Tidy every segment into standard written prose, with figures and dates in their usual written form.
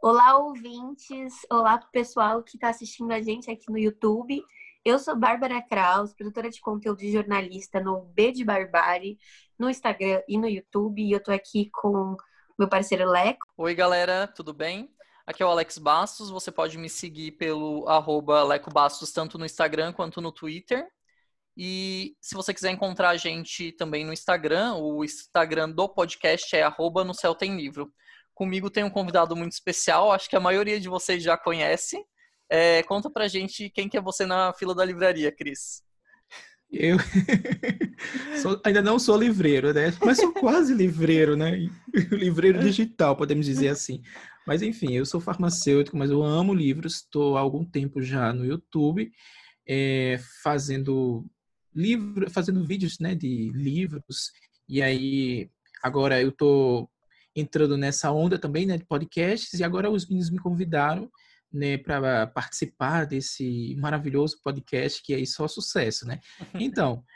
Olá, ouvintes! Olá, pessoal que está assistindo a gente aqui no YouTube. Eu sou Bárbara Kraus, produtora de conteúdo e jornalista no B de Barbari, no Instagram e no YouTube. E eu tô aqui com meu parceiro Leco. Oi, galera, tudo bem? Aqui é o Alex Bastos. Você pode me seguir pelo @Leco Bastos, tanto no Instagram quanto no Twitter. E se você quiser encontrar a gente também no Instagram, o Instagram do podcast é @No Céu Tem Livro. Comigo tem um convidado muito especial, acho que a maioria de vocês já conhece. Conta pra gente quem que é você na fila da livraria, Cris. Eu ainda não sou livreiro, né? Mas sou quase livreiro, né? Livreiro digital, podemos dizer assim. Mas enfim, eu sou farmacêutico, mas eu amo livros. Estou há algum tempo já no YouTube, fazendo vídeos, né, de livros. E aí, agora eu estou entrando nessa onda também, né, de podcasts. E agora os meninos me convidaram, né, para participar desse maravilhoso podcast que é só sucesso, né? Então,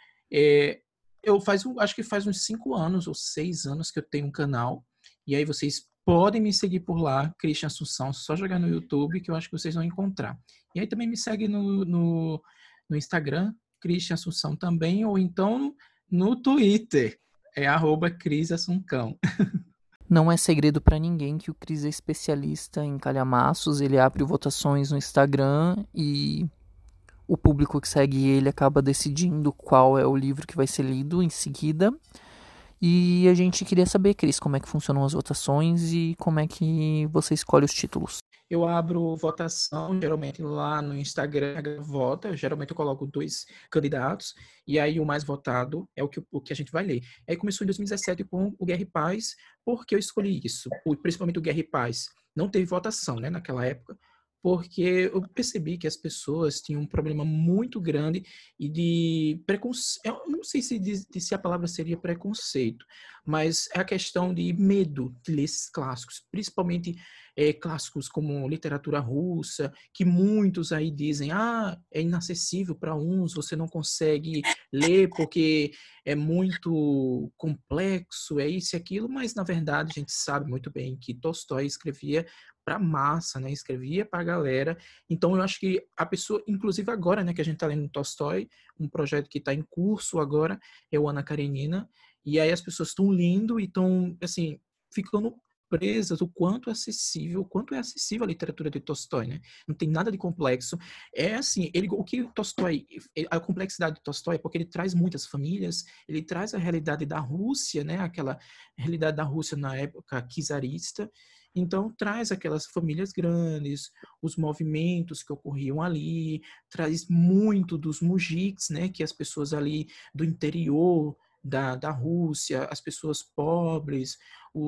acho que faz uns 5 anos ou 6 anos que eu tenho um canal, e aí vocês podem me seguir por lá, Christian Assunção, só jogar no YouTube que eu acho que vocês vão encontrar. E aí também me segue no Instagram, Christian Assunção também, ou então no Twitter, @CrisAssuncão. Não é segredo pra ninguém que o Cris é especialista em calhamaços, ele abre votações no Instagram e o público que segue ele acaba decidindo qual é o livro que vai ser lido em seguida. E a gente queria saber, Cris, como é que funcionam as votações e como é que você escolhe os títulos. Eu abro votação, geralmente lá no Instagram, vota. Geralmente eu coloco 2 candidatos, e aí o mais votado é o que a gente vai ler. Aí começou em 2017 com o Guerra e Paz, porque eu escolhi isso, principalmente o Guerra e Paz. Não teve votação, né, naquela época, porque eu percebi que as pessoas tinham um problema muito grande e de preconceito. Eu não sei se a palavra seria preconceito, mas é a questão de medo de ler esses clássicos, principalmente clássicos como literatura russa, que muitos aí dizem, é inacessível para uns, você não consegue ler porque é muito complexo, é isso e aquilo, mas na verdade a gente sabe muito bem que Tolstói escrevia para massa, né? Escrevia para a galera. Então eu acho que a pessoa, inclusive agora, né, que a gente está lendo Tolstói, um projeto que está em curso agora é o Ana Karenina, e aí as pessoas estão lendo e estão, assim, ficando presas o quanto é acessível a literatura de Tolstói, né? Não tem nada de complexo. É assim, o que Tolstói, a complexidade de Tolstói é porque ele traz muitas famílias, ele traz a realidade da Rússia, né? Aquela realidade da Rússia na época czarista. Então, traz aquelas famílias grandes, os movimentos que ocorriam ali, traz muito dos mujiks, né? Que as pessoas ali do interior da Rússia, as pessoas pobres,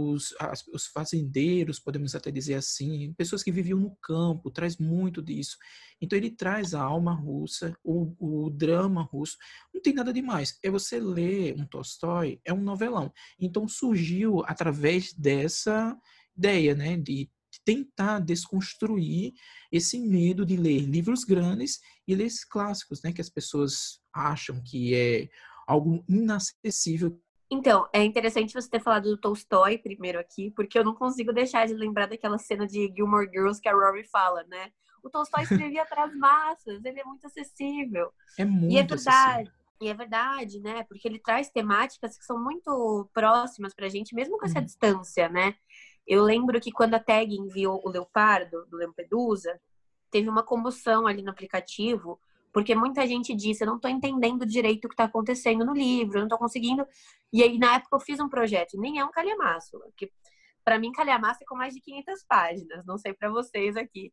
os fazendeiros, podemos até dizer assim, pessoas que viviam no campo, traz muito disso. Então ele traz a alma russa, o drama russo. Não tem nada demais. É você ler um Tolstói, é um novelão. Então surgiu através dessa ideia, né, de tentar desconstruir esse medo de ler livros grandes e ler esses clássicos, né, que as pessoas acham que é algo inacessível. Então, é interessante você ter falado do Tolstói primeiro aqui, porque eu não consigo deixar de lembrar daquela cena de Gilmore Girls que a Rory fala, né? O Tolstói escrevia para as massas, ele é muito acessível. É muito acessível. E é verdade, né? Porque ele traz temáticas que são muito próximas pra gente, mesmo com essa distância, né? Eu lembro que quando a Tag enviou o Leopardo, do Lampedusa, teve uma comoção ali no aplicativo, porque muita gente disse, eu não tô entendendo direito o que tá acontecendo no livro, eu não tô conseguindo. E aí, na época, eu fiz um projeto, nem é um calhamaço, que para mim, calhamaço é com mais de 500 páginas, não sei para vocês aqui.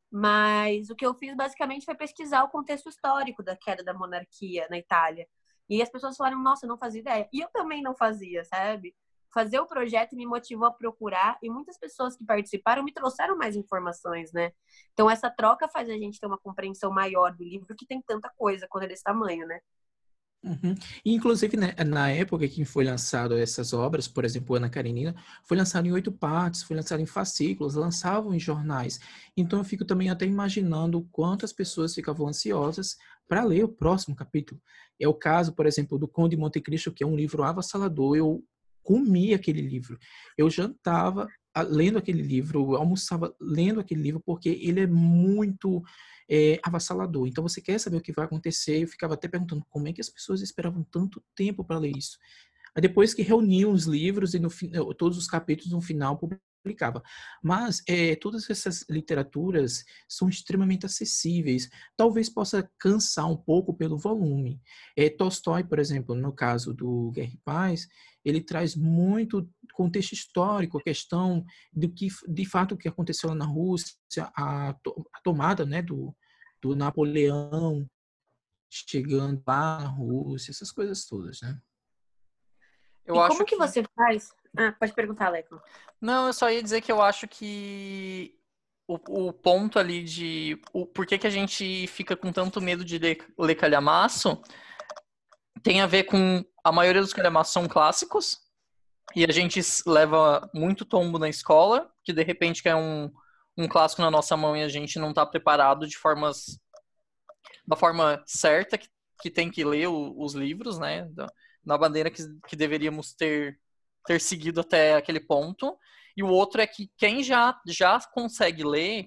Mas o que eu fiz, basicamente, foi pesquisar o contexto histórico da queda da monarquia na Itália. E as pessoas falaram, nossa, eu não fazia ideia. E eu também não fazia, sabe? Fazer o projeto me motivou a procurar e muitas pessoas que participaram me trouxeram mais informações, né? Então, essa troca faz a gente ter uma compreensão maior do livro, que tem tanta coisa quando é desse tamanho, né? Uhum. E, inclusive, né, na época que foi lançado essas obras, por exemplo, Ana Karenina, foi lançado em 8 partes, foi lançado em fascículos, lançavam em jornais. Então, eu fico também até imaginando quantas pessoas ficavam ansiosas para ler o próximo capítulo. É o caso, por exemplo, do Conde de Monte Cristo, que é um livro avassalador. Eu comi aquele livro. Eu jantava lendo aquele livro, eu almoçava lendo aquele livro, porque ele é muito avassalador. Então, você quer saber o que vai acontecer. Eu ficava até perguntando como é que as pessoas esperavam tanto tempo para ler isso. Aí depois que reuniam os livros e todos os capítulos no final publicava. Mas todas essas literaturas são extremamente acessíveis. Talvez possa cansar um pouco pelo volume. Tolstói, por exemplo, no caso do Guerra e Paz, ele traz muito contexto histórico, a questão do que, de fato, o que aconteceu lá na Rússia, a tomada, né, do Napoleão chegando lá na Rússia, essas coisas todas, né? Eu E acho como que que... você faz? Ah, pode perguntar, Leco. Não, eu só ia dizer que eu acho que o ponto ali de por que a gente fica com tanto medo de ler calhamaço tem a ver com a maioria dos calhamaços são clássicos e a gente leva muito tombo na escola, que de repente quer um clássico na nossa mão e a gente não está preparado da forma certa que tem que ler os livros, né? Na bandeira que deveríamos ter seguido até aquele ponto. E o outro é que quem já consegue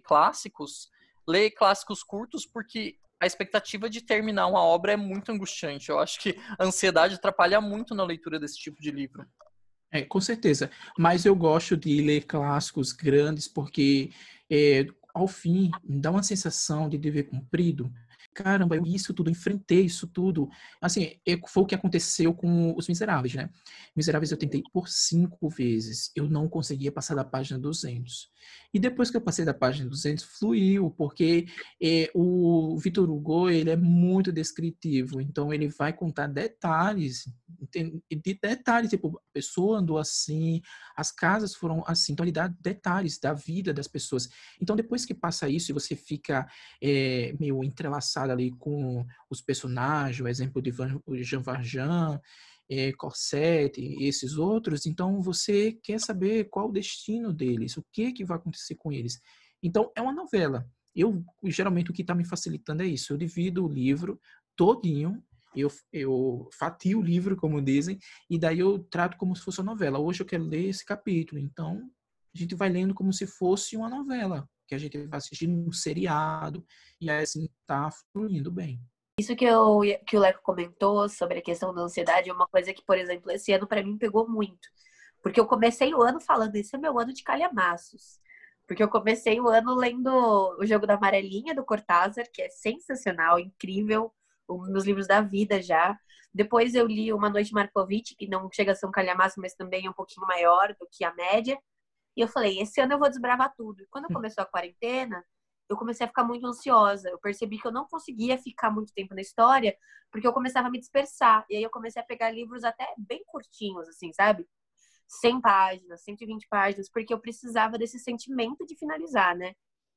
lê clássicos curtos porque a expectativa de terminar uma obra é muito angustiante. Eu acho que a ansiedade atrapalha muito na leitura desse tipo de livro. Com certeza. Mas eu gosto de ler clássicos grandes porque, ao fim, me dá uma sensação de dever cumprido. Caramba, eu isso tudo, enfrentei isso tudo. Assim, foi o que aconteceu com Os Miseráveis, né? Miseráveis eu tentei por 5 vezes. Eu não conseguia passar da página 200. E depois que eu passei da página 200, fluiu, porque o Victor Hugo, ele é muito descritivo. Então, ele vai contar detalhes, de detalhes, tipo, a pessoa andou assim, as casas foram assim. Então, ele dá detalhes da vida das pessoas. Então, depois que passa isso e você fica meio entrelaçado ali com os personagens, o exemplo de Jean Valjean, Corset e esses outros, então você quer saber qual o destino deles, o que vai acontecer com eles. Então, é uma novela. Geralmente, o que está me facilitando é isso. Eu divido o livro todinho, eu fatio o livro, como dizem, e daí eu trato como se fosse uma novela. Hoje eu quero ler esse capítulo, então a gente vai lendo como se fosse uma novela, que a gente vai assistindo um seriado, e aí assim tá fluindo bem. Isso que o Leco comentou sobre a questão da ansiedade é uma coisa que, por exemplo, esse ano para mim pegou muito. Porque eu comecei o ano falando, esse é meu ano de calhamaços. Porque eu comecei o ano lendo O Jogo da Amarelinha, do Cortázar, que é sensacional, incrível, um dos meus livros da vida já. Depois eu li Uma Noite Markovitch, que não chega a ser um calhamaço, mas também é um pouquinho maior do que a média. E eu falei, esse ano eu vou desbravar tudo. E quando começou a quarentena, eu comecei a ficar muito ansiosa. Eu percebi que eu não conseguia ficar muito tempo na história, porque eu começava a me dispersar. E aí eu comecei a pegar livros até bem curtinhos, assim, sabe? 100 páginas, 120 páginas, porque eu precisava desse sentimento de finalizar, né?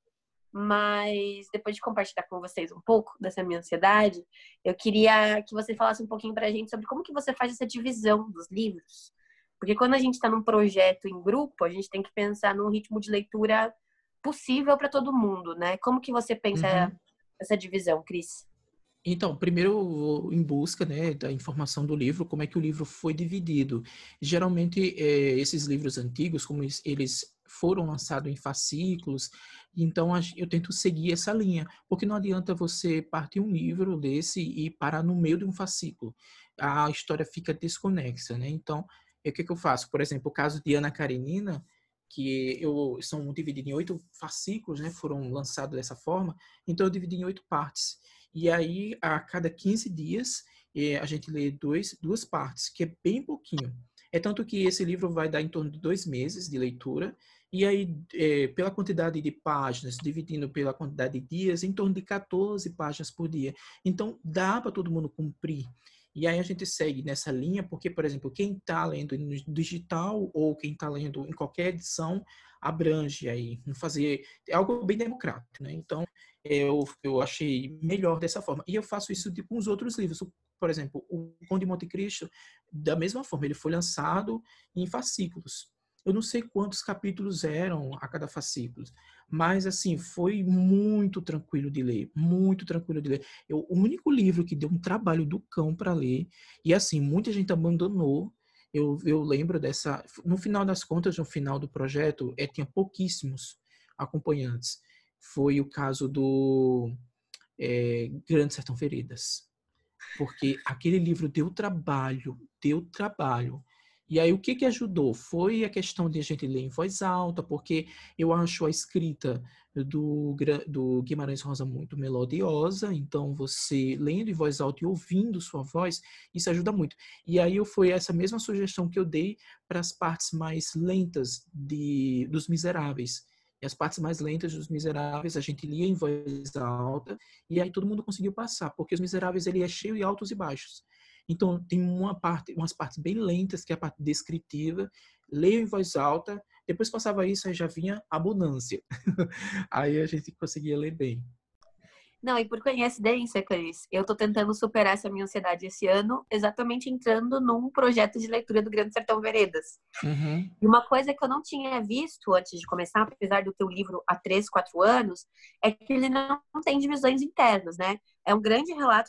Mas depois de compartilhar com vocês um pouco dessa minha ansiedade, eu queria que você falasse um pouquinho pra gente sobre como que você faz essa divisão dos livros. Porque quando a gente está num projeto em grupo, a gente tem que pensar num ritmo de leitura possível para todo mundo, né? Como que você pensa Uhum. essa divisão, Cris? Então, primeiro em busca, né, da informação do livro, como é que o livro foi dividido. Geralmente, esses livros antigos, como eles foram lançados em fascículos, então eu tento seguir essa linha, porque não adianta você partir um livro desse e parar no meio de um fascículo. A história fica desconexa, né? Então, o que eu faço? Por exemplo, o caso de Ana Karenina, que são divididos em 8 fascículos, né? Foram lançados dessa forma, então eu dividi em 8 partes. E aí, a cada 15 dias, a gente lê duas partes, que é bem pouquinho. É tanto que esse livro vai dar em torno de 2 meses de leitura, e aí, pela quantidade de páginas, dividindo pela quantidade de dias, em torno de 14 páginas por dia. Então, dá para todo mundo cumprir. E aí a gente segue nessa linha, porque, por exemplo, quem está lendo no digital ou quem está lendo em qualquer edição, abrange aí, fazer é algo bem democrático, né? Então, eu achei melhor dessa forma. E eu faço isso com os outros livros. Por exemplo, o Conde de Monte Cristo, da mesma forma, ele foi lançado em fascículos. Eu não sei quantos capítulos eram a cada fascículo, mas assim, foi muito tranquilo de ler, muito tranquilo de ler. O único livro que deu um trabalho do cão para ler, e assim, muita gente abandonou, eu lembro dessa... No final das contas, no final do projeto, tinha pouquíssimos acompanhantes. Foi o caso do Grande Sertão Veredas. Porque aquele livro deu trabalho, deu trabalho. E aí, o que ajudou? Foi a questão de a gente ler em voz alta, porque eu acho a escrita do Guimarães Rosa muito melodiosa, então você lendo em voz alta e ouvindo sua voz, isso ajuda muito. E aí foi essa mesma sugestão que eu dei para as partes mais lentas dos Miseráveis. E as partes mais lentas dos Miseráveis a gente lia em voz alta, e aí todo mundo conseguiu passar, porque Os Miseráveis ele é cheio de altos e baixos. Então, tem umas partes bem lentas, que é a parte descritiva, leio em voz alta, depois passava isso, aí já vinha abundância. Aí a gente conseguia ler bem. Não, e por coincidência, Clarice, eu tô tentando superar essa minha ansiedade esse ano, exatamente entrando num projeto de leitura do Grande Sertão Veredas. Uhum. E uma coisa que eu não tinha visto antes de começar, apesar do teu livro há 3, 4 anos, é que ele não tem divisões internas, né? É um grande relato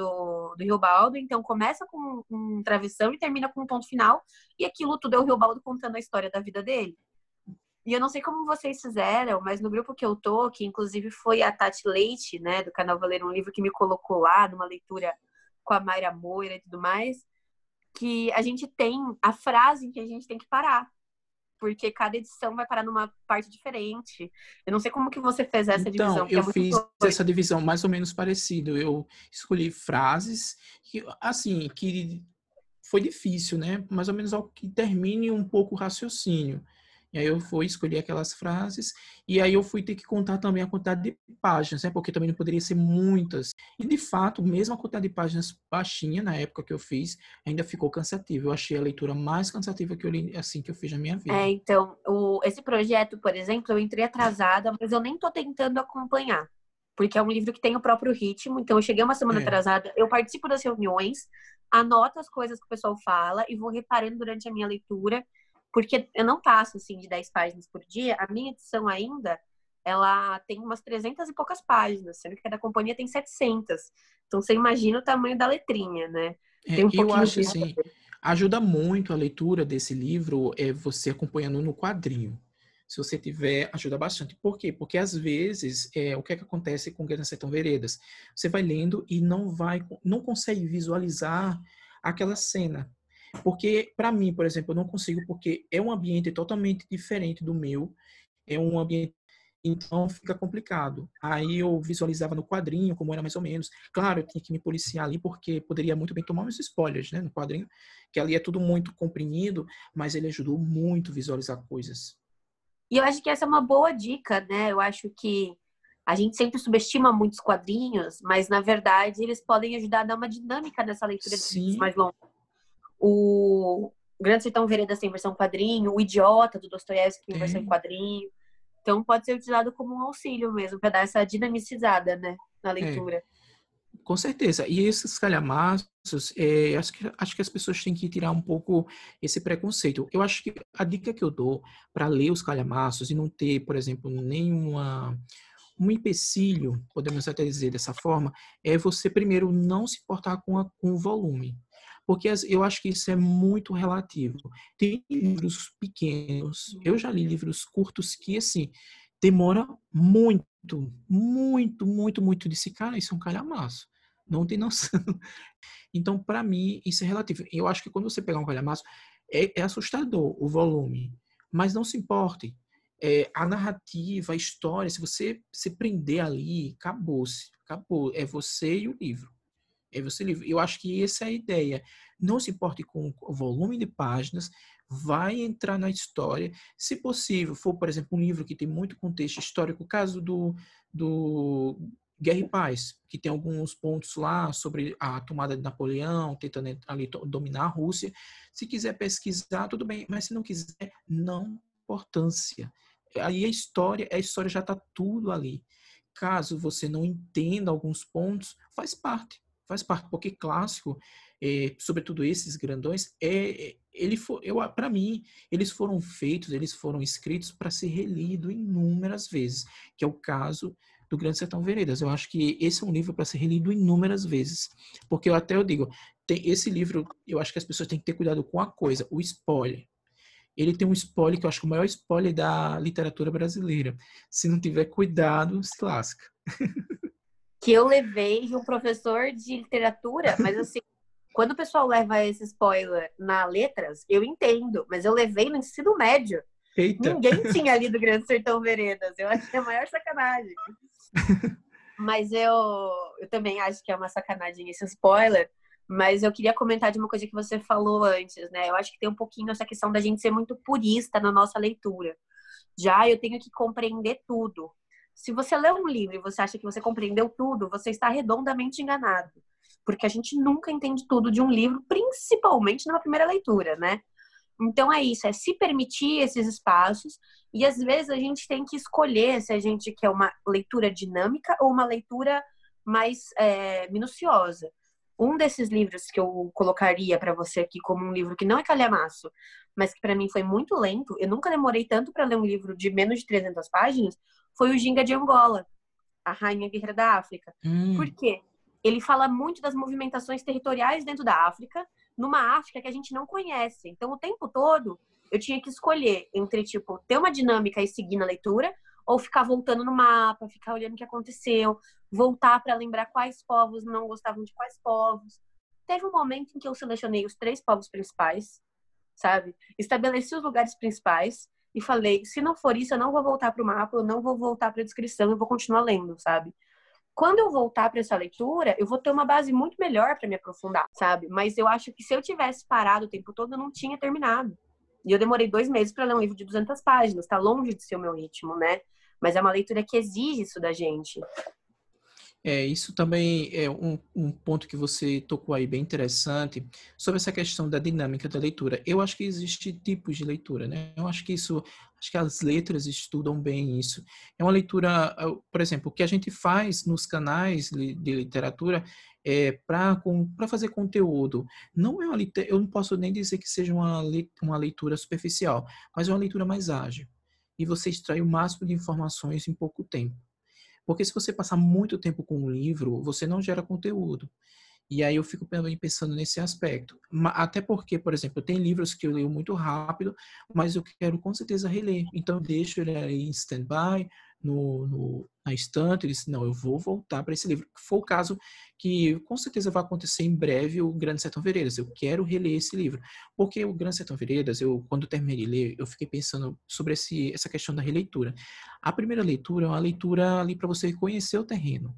do Riobaldo, então começa com um travessão e termina com um ponto final, e aquilo tudo é o Riobaldo contando a história da vida dele. E eu não sei como vocês fizeram, mas no grupo que eu tô, que inclusive foi a Tati Leite, né, do canal Valer um Livro, que me colocou lá numa leitura com a Mayra Moira e tudo mais, que a gente tem a frase em que a gente tem que parar, porque cada edição vai parar numa parte diferente. Eu não sei como que você fez essa Então, divisão, porque eu é muito fiz doido. essa divisão mais ou menos parecido. Eu escolhi frases que, assim, que foi difícil, né? Mais ou menos algo que termine um pouco o raciocínio. E aí eu fui escolher aquelas frases e aí eu fui ter que contar também a quantidade de páginas, né? Porque também não poderia ser muitas. E de fato, mesmo a quantidade de páginas baixinha na época que eu fiz, ainda ficou cansativo. Eu achei a leitura mais cansativa que eu li assim que eu fiz na minha vida. Então, esse projeto, por exemplo, eu entrei atrasada, mas eu nem tô tentando acompanhar. Porque é um livro que tem o próprio ritmo, então eu cheguei uma semana É. atrasada, eu participo das reuniões, anoto as coisas que o pessoal fala e vou reparando durante a minha leitura, porque eu não passo, assim, de 10 páginas por dia. A minha edição ainda, ela tem umas 300 e poucas páginas, sendo que a da companhia tem 700. Então você imagina o tamanho da letrinha, né? Tem um Eu pouquinho acho de... assim, ajuda muito a leitura desse livro você acompanhando no quadrinho. Se você tiver, ajuda bastante. Por quê? Porque às vezes, o que é que acontece com Grande Sertão Veredas? Você vai lendo e não consegue visualizar aquela cena. Porque, para mim, por exemplo, eu não consigo, porque é um ambiente totalmente diferente do meu. É um ambiente, então fica complicado. Aí eu visualizava no quadrinho como era mais ou menos. Claro, eu tinha que me policiar ali porque poderia muito bem tomar uns spoilers, né, no quadrinho, que ali é tudo muito comprimido, mas ele ajudou muito a visualizar coisas. E eu acho que essa é uma boa dica, né? Eu acho que a gente sempre subestima muitos quadrinhos, mas na verdade eles podem ajudar a dar uma dinâmica nessa leitura de livros Sim, mais longos. O Grande Sertão Veredas tem versão quadrinho, o Idiota do Dostoiévski tem versão em tem. quadrinho. Então pode ser utilizado como um auxílio mesmo, para dar essa dinamicizada, né, na É, leitura. com certeza. E esses calhamaços, acho que as pessoas têm que tirar um pouco esse preconceito. Eu acho que a dica que eu dou para ler os calhamaços e não ter, por exemplo, um empecilho, podemos até dizer dessa forma, é você primeiro não se importar com o volume. Porque eu acho que isso é muito relativo. Tem livros pequenos, eu já li livros curtos que, assim, demora muito, muito, muito, muito de se, cara, isso é um calhamaço. Não tem noção. Então, para mim, isso é relativo. Eu acho que quando você pegar um calhamaço, é assustador o volume. Mas não se importe. A narrativa, a história, se você se prender ali, acabou-se. Acabou. É você e o livro. É você e o livro. Eu acho que essa é a ideia. Não se importe com o volume de páginas, vai entrar na história. Se possível, for, por exemplo, um livro que tem muito contexto histórico, o caso do Guerra e Paz, que tem alguns pontos lá sobre a tomada de Napoleão, tentando ali dominar a Rússia. Se quiser pesquisar, tudo bem, mas se não quiser, não importância. Aí a história já está tudo ali. Caso você não entenda alguns pontos, faz parte, porque clássico, sobretudo esses grandões, para mim, eles foram escritos para ser relido inúmeras vezes, que é o caso do Grande Sertão Veredas. Eu acho que esse é um livro para ser relido inúmeras vezes, porque eu digo, esse livro, eu acho que as pessoas têm que ter cuidado com a coisa, o spoiler. Ele tem um spoiler que eu acho que é o maior spoiler da literatura brasileira. Se não tiver cuidado, se lasca. Que eu levei de um professor de literatura, mas assim, quando o pessoal leva esse spoiler na letras, eu entendo, mas eu levei no ensino médio. Eita! Ninguém tinha lido Grande Sertão Veredas. Eu achei a maior sacanagem. Mas eu também acho que é uma sacanagem esse spoiler. Mas eu queria comentar de uma coisa que você falou antes, né? Eu acho que tem um pouquinho essa questão da gente ser muito purista na nossa leitura. Já eu tenho que compreender tudo. Se você lê um livro e você acha que você compreendeu tudo, você está redondamente enganado. Porque a gente nunca entende tudo de um livro, principalmente na primeira leitura, né? Então é isso, é se permitir esses espaços e às vezes a gente tem que escolher se a gente quer uma leitura dinâmica ou uma leitura mais minuciosa. Um desses livros que eu colocaria para você aqui como um livro que não é calhamaço, mas que para mim foi muito lento, eu nunca demorei tanto para ler um livro de menos de 300 páginas, foi o Ginga de Angola, A Rainha Guerreira da África. Por quê? Ele fala muito das movimentações territoriais dentro da África, numa África que a gente não conhece. Então, o tempo todo, eu tinha que escolher entre, tipo, ter uma dinâmica e seguir na leitura, ou ficar voltando no mapa, ficar olhando o que aconteceu, voltar para lembrar quais povos não gostavam de quais povos. Teve um momento em que eu selecionei os 3 povos principais, sabe? Estabeleci os lugares principais e falei, se não for isso, eu não vou voltar para o mapa, eu não vou voltar para a descrição, eu vou continuar lendo, sabe? Quando eu voltar para essa leitura, eu vou ter uma base muito melhor para me aprofundar, sabe? Mas eu acho que se eu tivesse parado o tempo todo, eu não tinha terminado. E eu demorei 2 meses para ler um livro de 200 páginas. Tá longe de ser o meu ritmo, né? Mas é uma leitura que exige isso da gente. Isso também é um ponto que você tocou aí bem interessante sobre essa questão da dinâmica da leitura. Eu acho que existe tipos de leitura, né? Eu acho que as letras estudam bem isso. É uma leitura, por exemplo, o que a gente faz nos canais de literatura para fazer conteúdo. Não é eu não posso nem dizer que seja uma leitura superficial, mas é uma leitura mais ágil. E você extrai o máximo de informações em pouco tempo. Porque se você passar muito tempo com um livro, você não gera conteúdo. E aí eu fico também pensando nesse aspecto. Até porque, por exemplo, tem livros que eu leio muito rápido, mas eu quero com certeza reler. Então eu deixo ele aí em stand-by, na estante, e disse, não, eu vou voltar para esse livro. Foi o caso que com certeza vai acontecer em breve o Grande Sertão Veredas. Eu quero reler esse livro. Porque o Grande Sertão Veredas, quando terminei de ler, eu fiquei pensando sobre essa questão da releitura. A primeira leitura é uma leitura ali para você conhecer o terreno.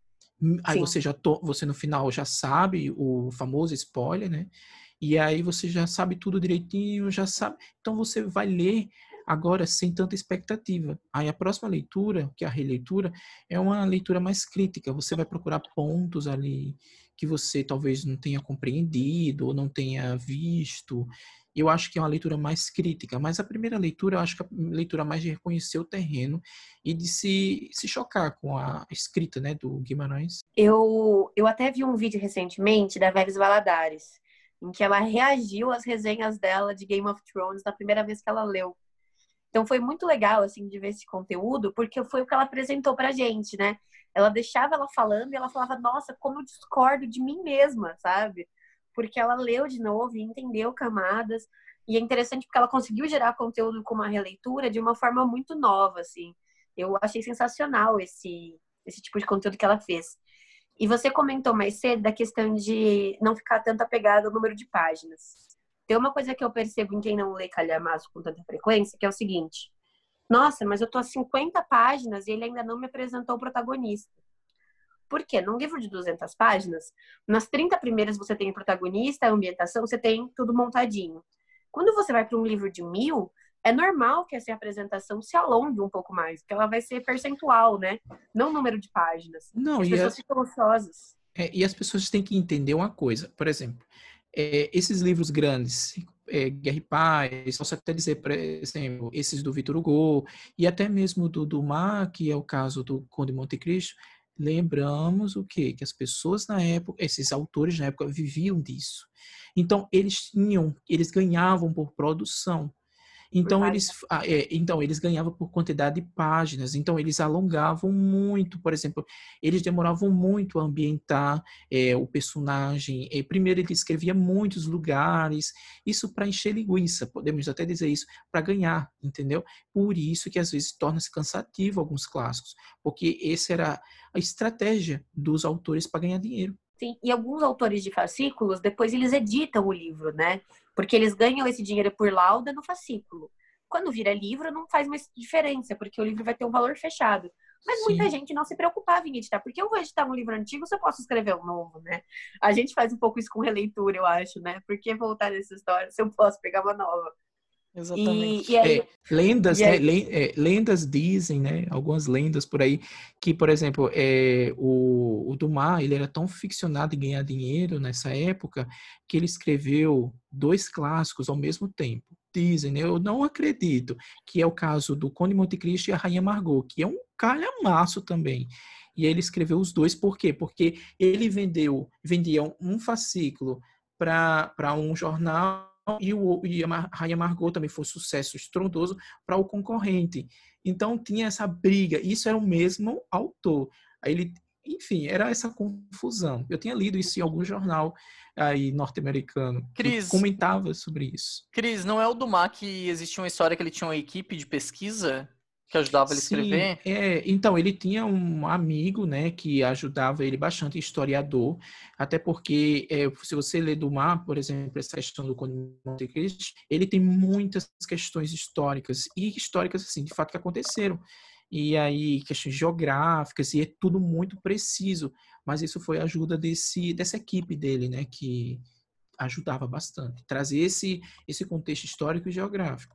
Aí Sim. você no final já sabe o famoso spoiler, né? E aí você já sabe tudo direitinho, já sabe. Então você vai ler agora sem tanta expectativa. Aí a próxima leitura, que é a releitura, é uma leitura mais crítica. Você vai procurar pontos ali que você talvez não tenha compreendido ou não tenha visto. Eu acho que é uma leitura mais crítica, mas a primeira leitura, eu acho que é a leitura mais de reconhecer o terreno e de se chocar com a escrita, né, do Guimarães. Eu até vi um vídeo recentemente da Veves Valadares, em que ela reagiu às resenhas dela de Game of Thrones na primeira vez que ela leu. Então foi muito legal, assim, de ver esse conteúdo, porque foi o que ela apresentou pra gente, né? Ela deixava ela falando e ela falava, nossa, como eu discordo de mim mesma, sabe? Porque ela leu de novo e entendeu camadas. E é interessante porque ela conseguiu gerar conteúdo com uma releitura de uma forma muito nova, assim. Eu achei sensacional esse tipo de conteúdo que ela fez. E você comentou mais cedo da questão de não ficar tanto apegado ao número de páginas. Tem uma coisa que eu percebo em quem não lê calhamaço com tanta frequência, que é o seguinte: nossa, mas eu tô a 50 páginas e ele ainda não me apresentou o protagonista. Por quê? Num livro de 200 páginas, nas 30 primeiras você tem o protagonista, a ambientação, você tem tudo montadinho. Quando você vai para um livro de 1000, é normal que essa apresentação se alongue um pouco mais, porque ela vai ser percentual, né? Não número de páginas. Não, As pessoas ficam ansiosas. e as pessoas têm que entender uma coisa. Por exemplo, esses livros grandes, Guerra e Paz, posso até dizer, por exemplo, esses do Victor Hugo, e até mesmo do Dumas, que é o caso do Conde de Monte Cristo, lembramos o quê? Que as pessoas na época, esses autores na época, viviam disso. Então, eles ganhavam por produção. Por Então página. eles ganhavam por quantidade de páginas. Então eles alongavam muito, por exemplo, eles demoravam muito a ambientar o personagem. Primeiro ele escrevia muitos lugares, isso para encher linguiça, podemos até dizer isso, para ganhar, entendeu? Por isso que às vezes torna-se cansativo alguns clássicos, porque essa era a estratégia dos autores para ganhar dinheiro. Sim, e alguns autores de fascículos, depois eles editam o livro, né? Porque eles ganham esse dinheiro por lauda no fascículo. Quando vira livro, não faz mais diferença, porque o livro vai ter um valor fechado. Mas muita Sim. gente não se preocupava em editar, porque eu vou editar um livro antigo se eu posso escrever um novo, né? A gente faz um pouco isso com releitura, eu acho, né? Por que voltar nessa história se eu posso pegar uma nova? E Exatamente. aí, Lendas, e né? aí, Lendas dizem, né? Algumas lendas por aí que, por exemplo, o Dumas, ele era tão ficcionado em ganhar dinheiro nessa época que ele escreveu 2 clássicos ao mesmo tempo. Dizem, né? Eu não acredito, que é o caso do Conde de Monte Cristo e a Rainha Margot, que é um calhamaço também. E ele escreveu os dois, por quê? Porque ele vendia um fascículo para um jornal e a Rainha Margot também foi um sucesso estrondoso para o concorrente. Então tinha essa briga. Isso era o mesmo autor. Aí ele, enfim, era essa confusão. Eu tinha lido isso em algum jornal aí norte-americano que Cris, comentava sobre isso. Cris, não é o Dumas que existia uma história que ele tinha uma equipe de pesquisa que ajudava ele a Sim, escrever? então ele tinha um amigo, né, que ajudava ele bastante, historiador, até porque se você ler Dumas, por exemplo, essa questão do Conde de Monte Cristo, ele tem muitas questões históricas, e históricas, assim, de fato que aconteceram, e aí questões geográficas, e é tudo muito preciso, mas isso foi a ajuda dessa equipe dele, né, que ajudava bastante, trazer esse contexto histórico e geográfico.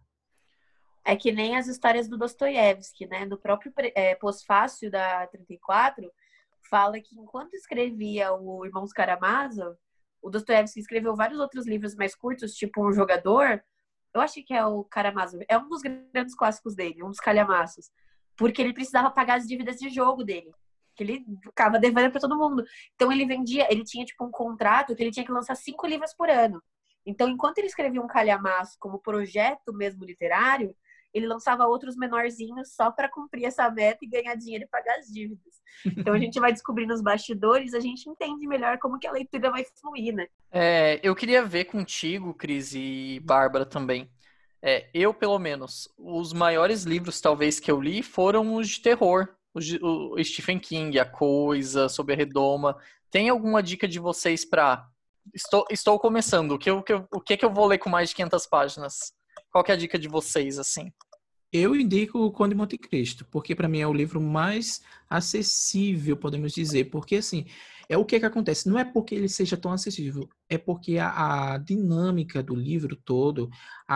é que nem as histórias do Dostoiévski, né? No próprio pós-fácil da 34, fala que enquanto escrevia o Irmãos Karamazov, o Dostoiévski escreveu vários outros livros mais curtos, tipo Um Jogador. Eu acho que é o Karamazov. É um dos grandes clássicos dele, um dos calhamaços. Porque ele precisava pagar as dívidas de jogo dele. Que ele ficava devendo para todo mundo. Então ele vendia, ele tinha tipo um contrato que ele tinha que lançar 5 livros por ano. Então, enquanto ele escrevia um calhamaço como projeto mesmo literário, ele lançava outros menorzinhos só para cumprir essa meta e ganhar dinheiro e pagar as dívidas. Então a gente vai descobrindo os bastidores, a gente entende melhor como que a leitura vai fluir, né? Eu queria ver contigo, Cris e Bárbara também. Eu, pelo menos, os maiores livros, talvez, que eu li foram os de terror. O Stephen King, A Coisa, Sob a Redoma. Tem alguma dica de vocês para... Estou começando. O que eu vou ler com mais de 500 páginas? Qual que é a dica de vocês, assim? Eu indico o Conde de Monte Cristo, porque para mim é o livro mais acessível, podemos dizer. Porque, assim, é o que acontece. Não é porque ele seja tão acessível, é porque a dinâmica do livro todo,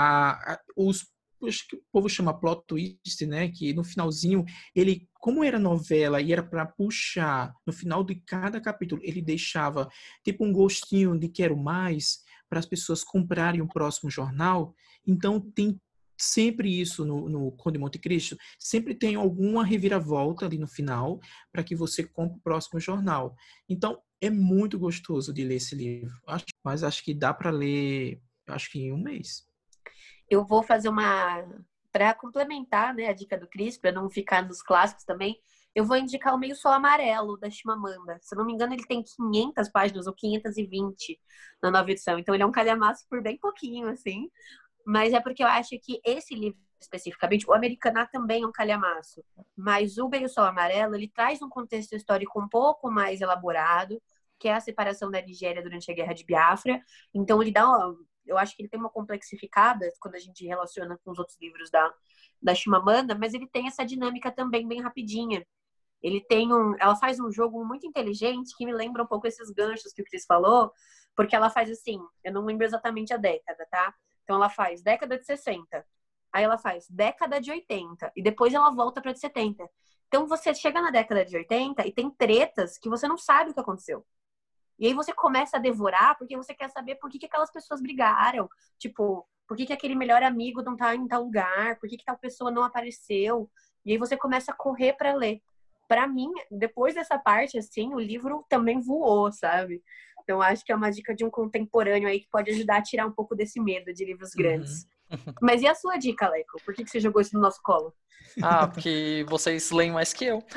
os que o povo chama plot twist, né? Que no finalzinho, ele, como era novela e era para puxar, no final de cada capítulo, ele deixava tipo um gostinho de quero mais para as pessoas comprarem o próximo jornal. Então, tem sempre isso no Conde de Monte Cristo, sempre tem alguma reviravolta ali no final para que você compre o próximo jornal. Então, é muito gostoso de ler esse livro. Mas acho que dá para ler, acho que em um mês. Eu vou fazer uma. Para complementar, né, a dica do Cris, para não ficar nos clássicos também, eu vou indicar o Meio Sol Amarelo, da Chimamanda. Se eu não me engano, ele tem 500 páginas ou 520 na nova edição. Então, ele é um calhamaço por bem pouquinho, assim. Mas é porque eu acho que esse livro especificamente, o Americaná também é um calhamaço. Mas o Meio Sol Amarelo, ele traz um contexto histórico um pouco mais elaborado, que é a separação da Nigéria durante a Guerra de Biafra. Então, ele dá eu acho que ele tem uma complexificada quando a gente relaciona com os outros livros da Chimamanda, mas ele tem essa dinâmica também bem rapidinha. Ela faz um jogo muito inteligente que me lembra um pouco esses ganchos que o Cris falou, porque ela faz assim, eu não lembro exatamente a década, tá? Então ela faz década de 60, aí ela faz década de 80 e depois ela volta para de 70. Então você chega na década de 80 e tem tretas que você não sabe o que aconteceu. E aí você começa a devorar porque você quer saber por que aquelas pessoas brigaram. Tipo, por que aquele melhor amigo não tá em tal lugar? Por que tal pessoa não apareceu? E aí você começa a correr para ler. Para mim, depois dessa parte, assim, o livro também voou, sabe? Então, acho que é uma dica de um contemporâneo aí que pode ajudar a tirar um pouco desse medo de livros Uhum. grandes. Mas e a sua dica, Leco? Por que você jogou isso no nosso colo? Ah, porque vocês leem mais que eu.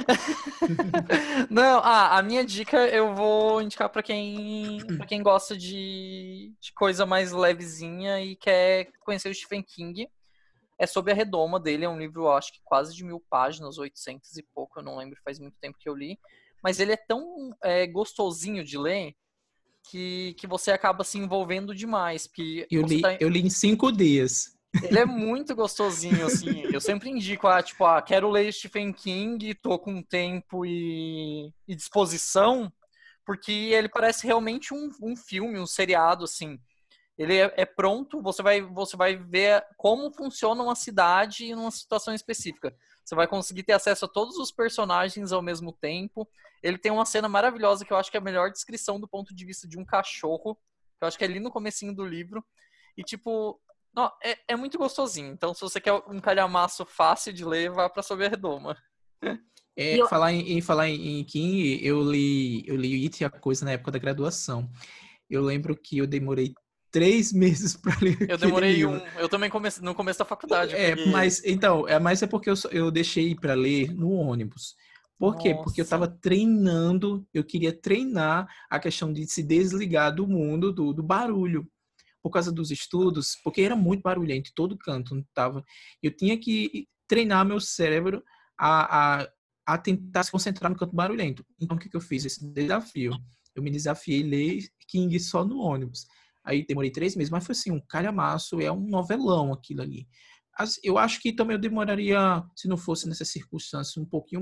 Não, a minha dica eu vou indicar para quem gosta de coisa mais levezinha e quer conhecer o Stephen King. É sobre a Redoma dele, é um livro, acho que quase de 1000 páginas, 800 e pouco, eu não lembro, faz muito tempo que eu li. Mas ele é tão gostosinho de ler que você acaba se envolvendo demais. Porque você tá, Eu li em 5 dias. ele é muito gostosinho, assim. Eu sempre indico, quero ler Stephen King, tô com tempo e disposição, porque ele parece realmente um filme, um seriado, assim. Ele é pronto, você vai ver como funciona uma cidade em uma situação específica. Você vai conseguir ter acesso a todos os personagens ao mesmo tempo. Ele tem uma cena maravilhosa que eu acho que é a melhor descrição do ponto de vista de um cachorro, que eu acho que é ali no comecinho do livro. E, tipo, não, é muito gostosinho. Então, se você quer um calhamaço fácil de ler, vá pra Sob a Redoma. E eu, Falar em King, eu li It e a Coisa na época da graduação. Eu lembro que eu demorei 3 meses para ler Eu aquele demorei livro. Eu também no começo da faculdade, eu peguei ele. Mas é porque eu deixei para ler no ônibus. Por quê? Porque eu Nossa. estava treinando, eu queria treinar a questão de se desligar do mundo, do barulho, por causa dos estudos, porque era muito barulhento, em todo canto, não tava. Eu tinha que treinar meu cérebro a, a, a tentar se concentrar no canto barulhento. Então, o que eu fiz? Esse desafio. Eu me desafiei a ler King só no ônibus. Aí demorei 3 meses, mas foi assim, um calhamaço, é um novelão aquilo ali. Eu acho que também eu demoraria, se não fosse nessas circunstâncias,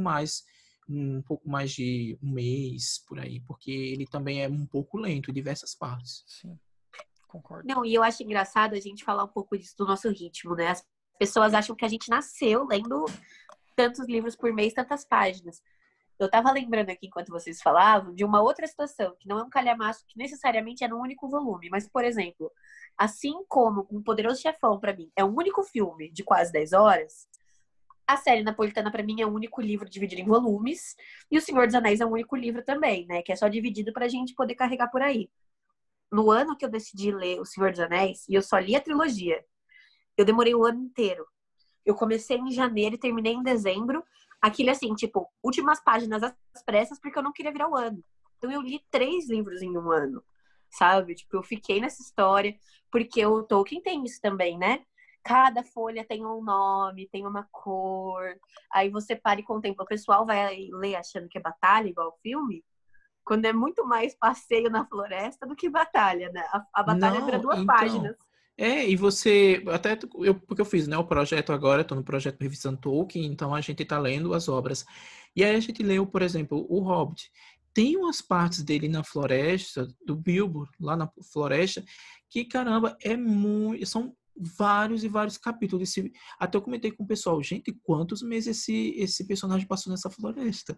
um pouco mais de um mês por aí, porque ele também é um pouco lento em diversas partes. Sim, concordo. não, e eu acho engraçado a gente falar um pouco disso do nosso ritmo, né? As pessoas acham que a gente nasceu lendo tantos livros por mês, tantas páginas. Eu tava lembrando aqui, enquanto vocês falavam, de uma outra situação, que não é um calhamaço que necessariamente é num único volume, mas, por exemplo, assim como Um Poderoso Chefão, pra mim, é um único filme de quase 10 horas, a série Napolitana, pra mim, é um único livro dividido em volumes, e O Senhor dos Anéis é um único livro também, né? Que é só dividido pra gente poder carregar por aí. No ano que eu decidi ler O Senhor dos Anéis, e eu só li a trilogia, eu demorei o ano inteiro. Eu comecei em janeiro e terminei em dezembro. Aquilo assim, tipo, últimas páginas às pressas, porque eu não queria virar o ano. Então eu li 3 livros em um ano, sabe? Tipo, eu fiquei nessa história, porque o Tolkien tem isso também, né? Cada folha tem um nome, tem uma cor. Aí você para e contempla. O pessoal vai ler achando que é batalha, igual o filme, quando é muito mais passeio na floresta do que batalha, né? A batalha vira Não, 2 então. páginas. E você, até porque eu fiz, né, o projeto agora, estou no projeto Revisando Tolkien, então a gente está lendo as obras. E aí a gente leu, por exemplo, O Hobbit. Tem umas partes dele na floresta, do Bilbo, lá na floresta, que, caramba, são vários e vários capítulos. Até eu comentei com o pessoal, gente, quantos meses esse personagem passou nessa floresta?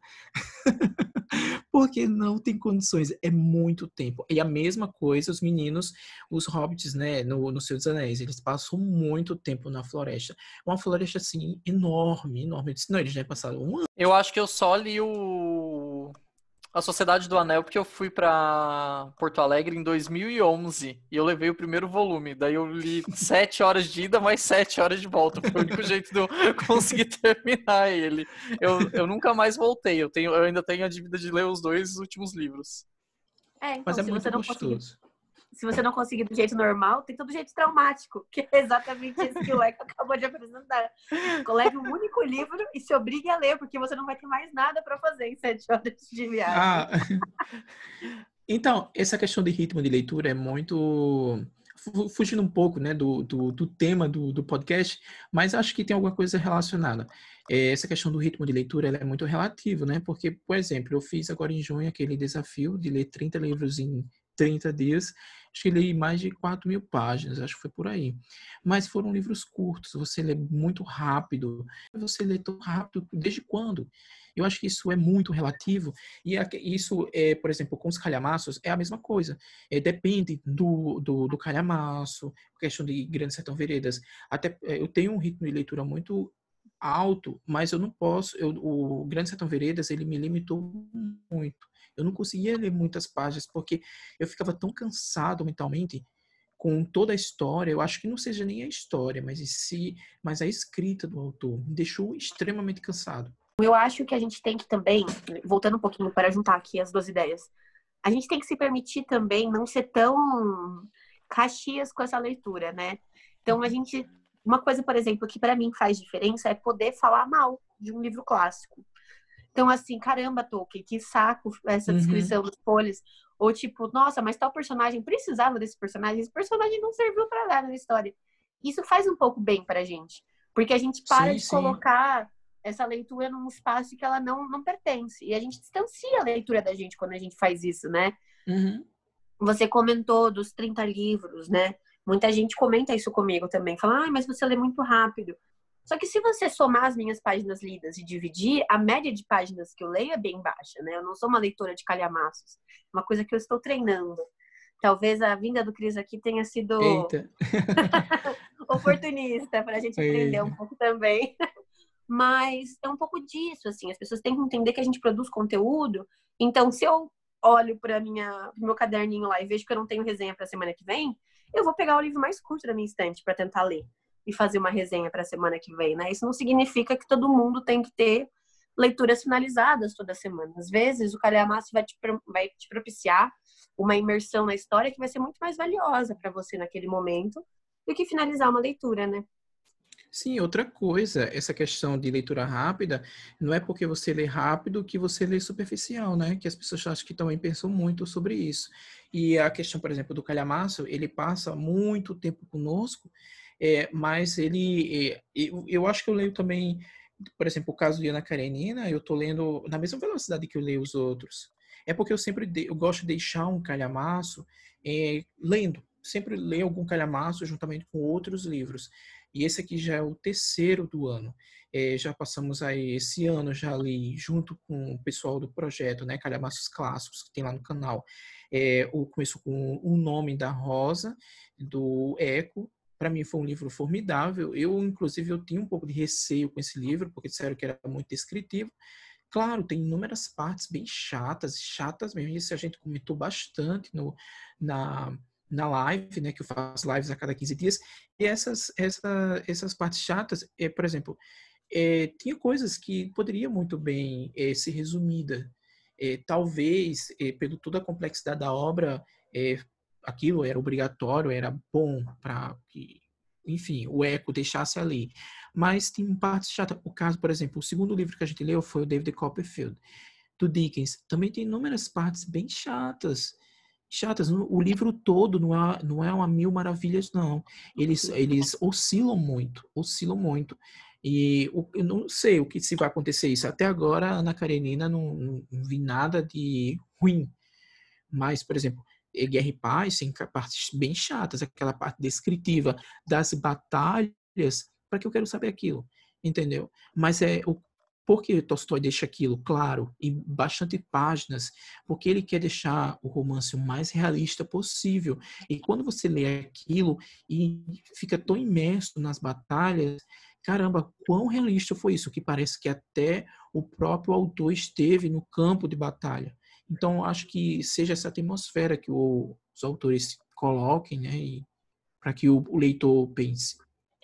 Porque não tem condições, é muito tempo. E a mesma coisa, os meninos, os hobbits, né, no Senhor dos Anéis, eles passam muito tempo na floresta. Uma floresta, assim, enorme, enorme. Eu disse, não, eles já passaram um ano. Eu acho que eu só li A Sociedade do Anel porque eu fui pra Porto Alegre em 2011 e eu levei o primeiro volume. Daí eu li 7 horas de ida, mais 7 horas de volta. Foi o único jeito de eu conseguir terminar ele. Eu nunca mais voltei. Eu ainda tenho a dívida de ler os 2 últimos livros. Mas Então, é muito gostoso. se você não conseguir do jeito normal, tem todo jeito traumático, que é exatamente isso que o Leco acabou de apresentar. Leve um único livro e se obrigue a ler, porque você não vai ter mais nada para fazer em 7 horas de viagem. Ah, então, essa questão de ritmo de leitura é muito... Fugindo um pouco, né, do tema do podcast, mas acho que tem alguma coisa relacionada. Essa questão do ritmo de leitura ela é muito relativa, né? Porque, por exemplo, eu fiz agora em junho aquele desafio de ler 30 livros em 30 dias. Acho que li mais de 4.000 páginas, acho que foi por aí. Mas foram livros curtos, você lê muito rápido. Você lê tão rápido, desde quando? Eu acho que isso é muito relativo. E isso, por exemplo, com os calhamaços, é a mesma coisa. Depende do calhamaço, questão de Grande Sertão Veredas. Até eu tenho um ritmo de leitura muito alto, mas eu não posso. O Grande Sertão Veredas, ele me limitou muito. Eu não conseguia ler muitas páginas, porque eu ficava tão cansado mentalmente com toda a história, eu acho que não seja nem a história, mas em si, mas a escrita do autor me deixou extremamente cansado. Eu acho que a gente tem que também, voltando um pouquinho para juntar aqui as duas ideias, a gente tem que se permitir também não ser tão caxias com essa leitura, né? Então, uma coisa, por exemplo, que para mim faz diferença é poder falar mal de um livro clássico. Então, assim, caramba, Tolkien, que saco essa descrição dos folhas. Ou tipo, nossa, mas tal personagem precisava desse personagem, esse personagem não serviu para nada na história. Isso faz um pouco bem pra gente, porque a gente para de colocar essa leitura num espaço que ela não pertence. E a gente distancia a leitura da gente quando a gente faz isso, né? Você comentou dos 30 livros, né? Muita gente comenta isso comigo também. Fala, mas você lê muito rápido. Só que se você somar as minhas páginas lidas e dividir, a média de páginas que eu leio é bem baixa, né? Eu não sou uma leitora de calhamaços. Uma coisa que eu estou treinando. Talvez a vinda do Cris aqui tenha sido oportunista para a gente aprender um pouco também. Mas é um pouco disso, assim. As pessoas têm que entender que a gente produz conteúdo. Então, se eu olho para meu caderninho lá e vejo que eu não tenho resenha para a semana que vem, eu vou pegar o livro mais curto da minha estante para tentar ler e fazer uma resenha para a semana que vem, né? Isso não significa que todo mundo tem que ter leituras finalizadas toda semana. Às vezes, o calhamaço vai te propiciar uma imersão na história que vai ser muito mais valiosa para você naquele momento do que finalizar uma leitura, né? Sim, outra coisa, essa questão de leitura rápida, não é porque você lê rápido que você lê superficial, né? Que as pessoas acho que também pensam muito sobre isso. E a questão, por exemplo, do calhamaço, ele passa muito tempo conosco, mas eu acho que eu leio também, por exemplo, o caso de Ana Karenina, eu tô lendo na mesma velocidade que eu leio os outros. É porque eu gosto de deixar um calhamaço lendo. Sempre leio algum calhamaço juntamente com outros livros. E esse aqui já é o terceiro do ano. Já passamos aí, esse ano já li junto com o pessoal do projeto, né, Calhamaços Clássicos, que tem lá no canal. Começo com O Nome da Rosa, do Eco. Para mim foi um livro formidável. Inclusive, eu tinha um pouco de receio com esse livro, porque disseram que era muito descritivo. Claro, tem inúmeras partes bem chatas mesmo. Isso a gente comentou bastante na live, né, que eu faço lives a cada 15 dias, e essas partes chatas, por exemplo, tinha coisas que poderia muito bem ser resumida. Talvez, pelo toda a complexidade da obra, aquilo era obrigatório, era bom para que, enfim, o Eco deixasse ali. Mas tem partes chatas. O caso, por exemplo, o segundo livro que a gente leu foi o David Copperfield, do Dickens. Também tem inúmeras partes bem chatas. O livro todo não é uma mil maravilhas, não. Eles oscilam muito. E eu não sei o que se vai acontecer isso. Até agora, a Ana Karenina não vi nada de ruim. Mas, por exemplo, Guerra e Paz tem partes bem chatas, aquela parte descritiva das batalhas, para que eu quero saber aquilo, entendeu? Mas por que Tolstói deixa aquilo claro, em bastante páginas? Porque ele quer deixar o romance o mais realista possível. E quando você lê aquilo e fica tão imerso nas batalhas, caramba, quão realista foi isso? Que parece que até o próprio autor esteve no campo de batalha. Então, acho que seja essa atmosfera que os autores coloquem, né, para que o leitor pense.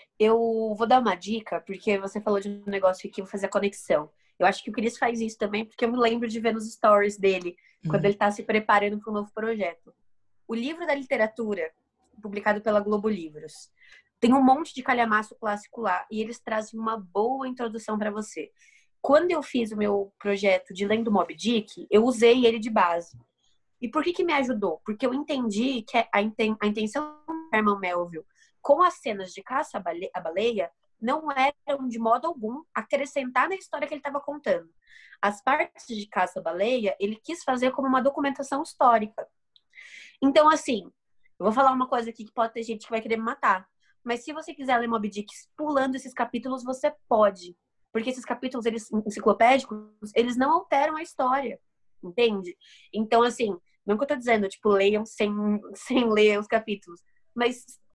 Eu vou dar uma dica, porque você falou de um negócio aqui, eu vou fazer a conexão. Eu acho que o Cris faz isso também, porque eu me lembro de ver nos stories dele, quando ele está se preparando para um novo projeto. O livro da literatura, publicado pela Globo Livros, tem um monte de calhamaço clássico lá, e eles trazem uma boa introdução para você. Quando eu fiz o meu projeto de Lendo Moby Dick, eu usei ele de base. E por que me ajudou? Porque eu entendi que a intenção do Herman Melville com as cenas de caça à baleia não eram de modo algum acrescentar na história que ele estava contando. As partes de caça à baleia, ele quis fazer como uma documentação histórica. Então, assim, eu vou falar uma coisa aqui que pode ter gente que vai querer me matar. Mas se você quiser ler Moby Dick pulando esses capítulos, você pode. Porque esses capítulos enciclopédicos, eles não alteram a história. Entende? Então, assim, não que eu tô dizendo, tipo, leiam sem ler os capítulos. Mas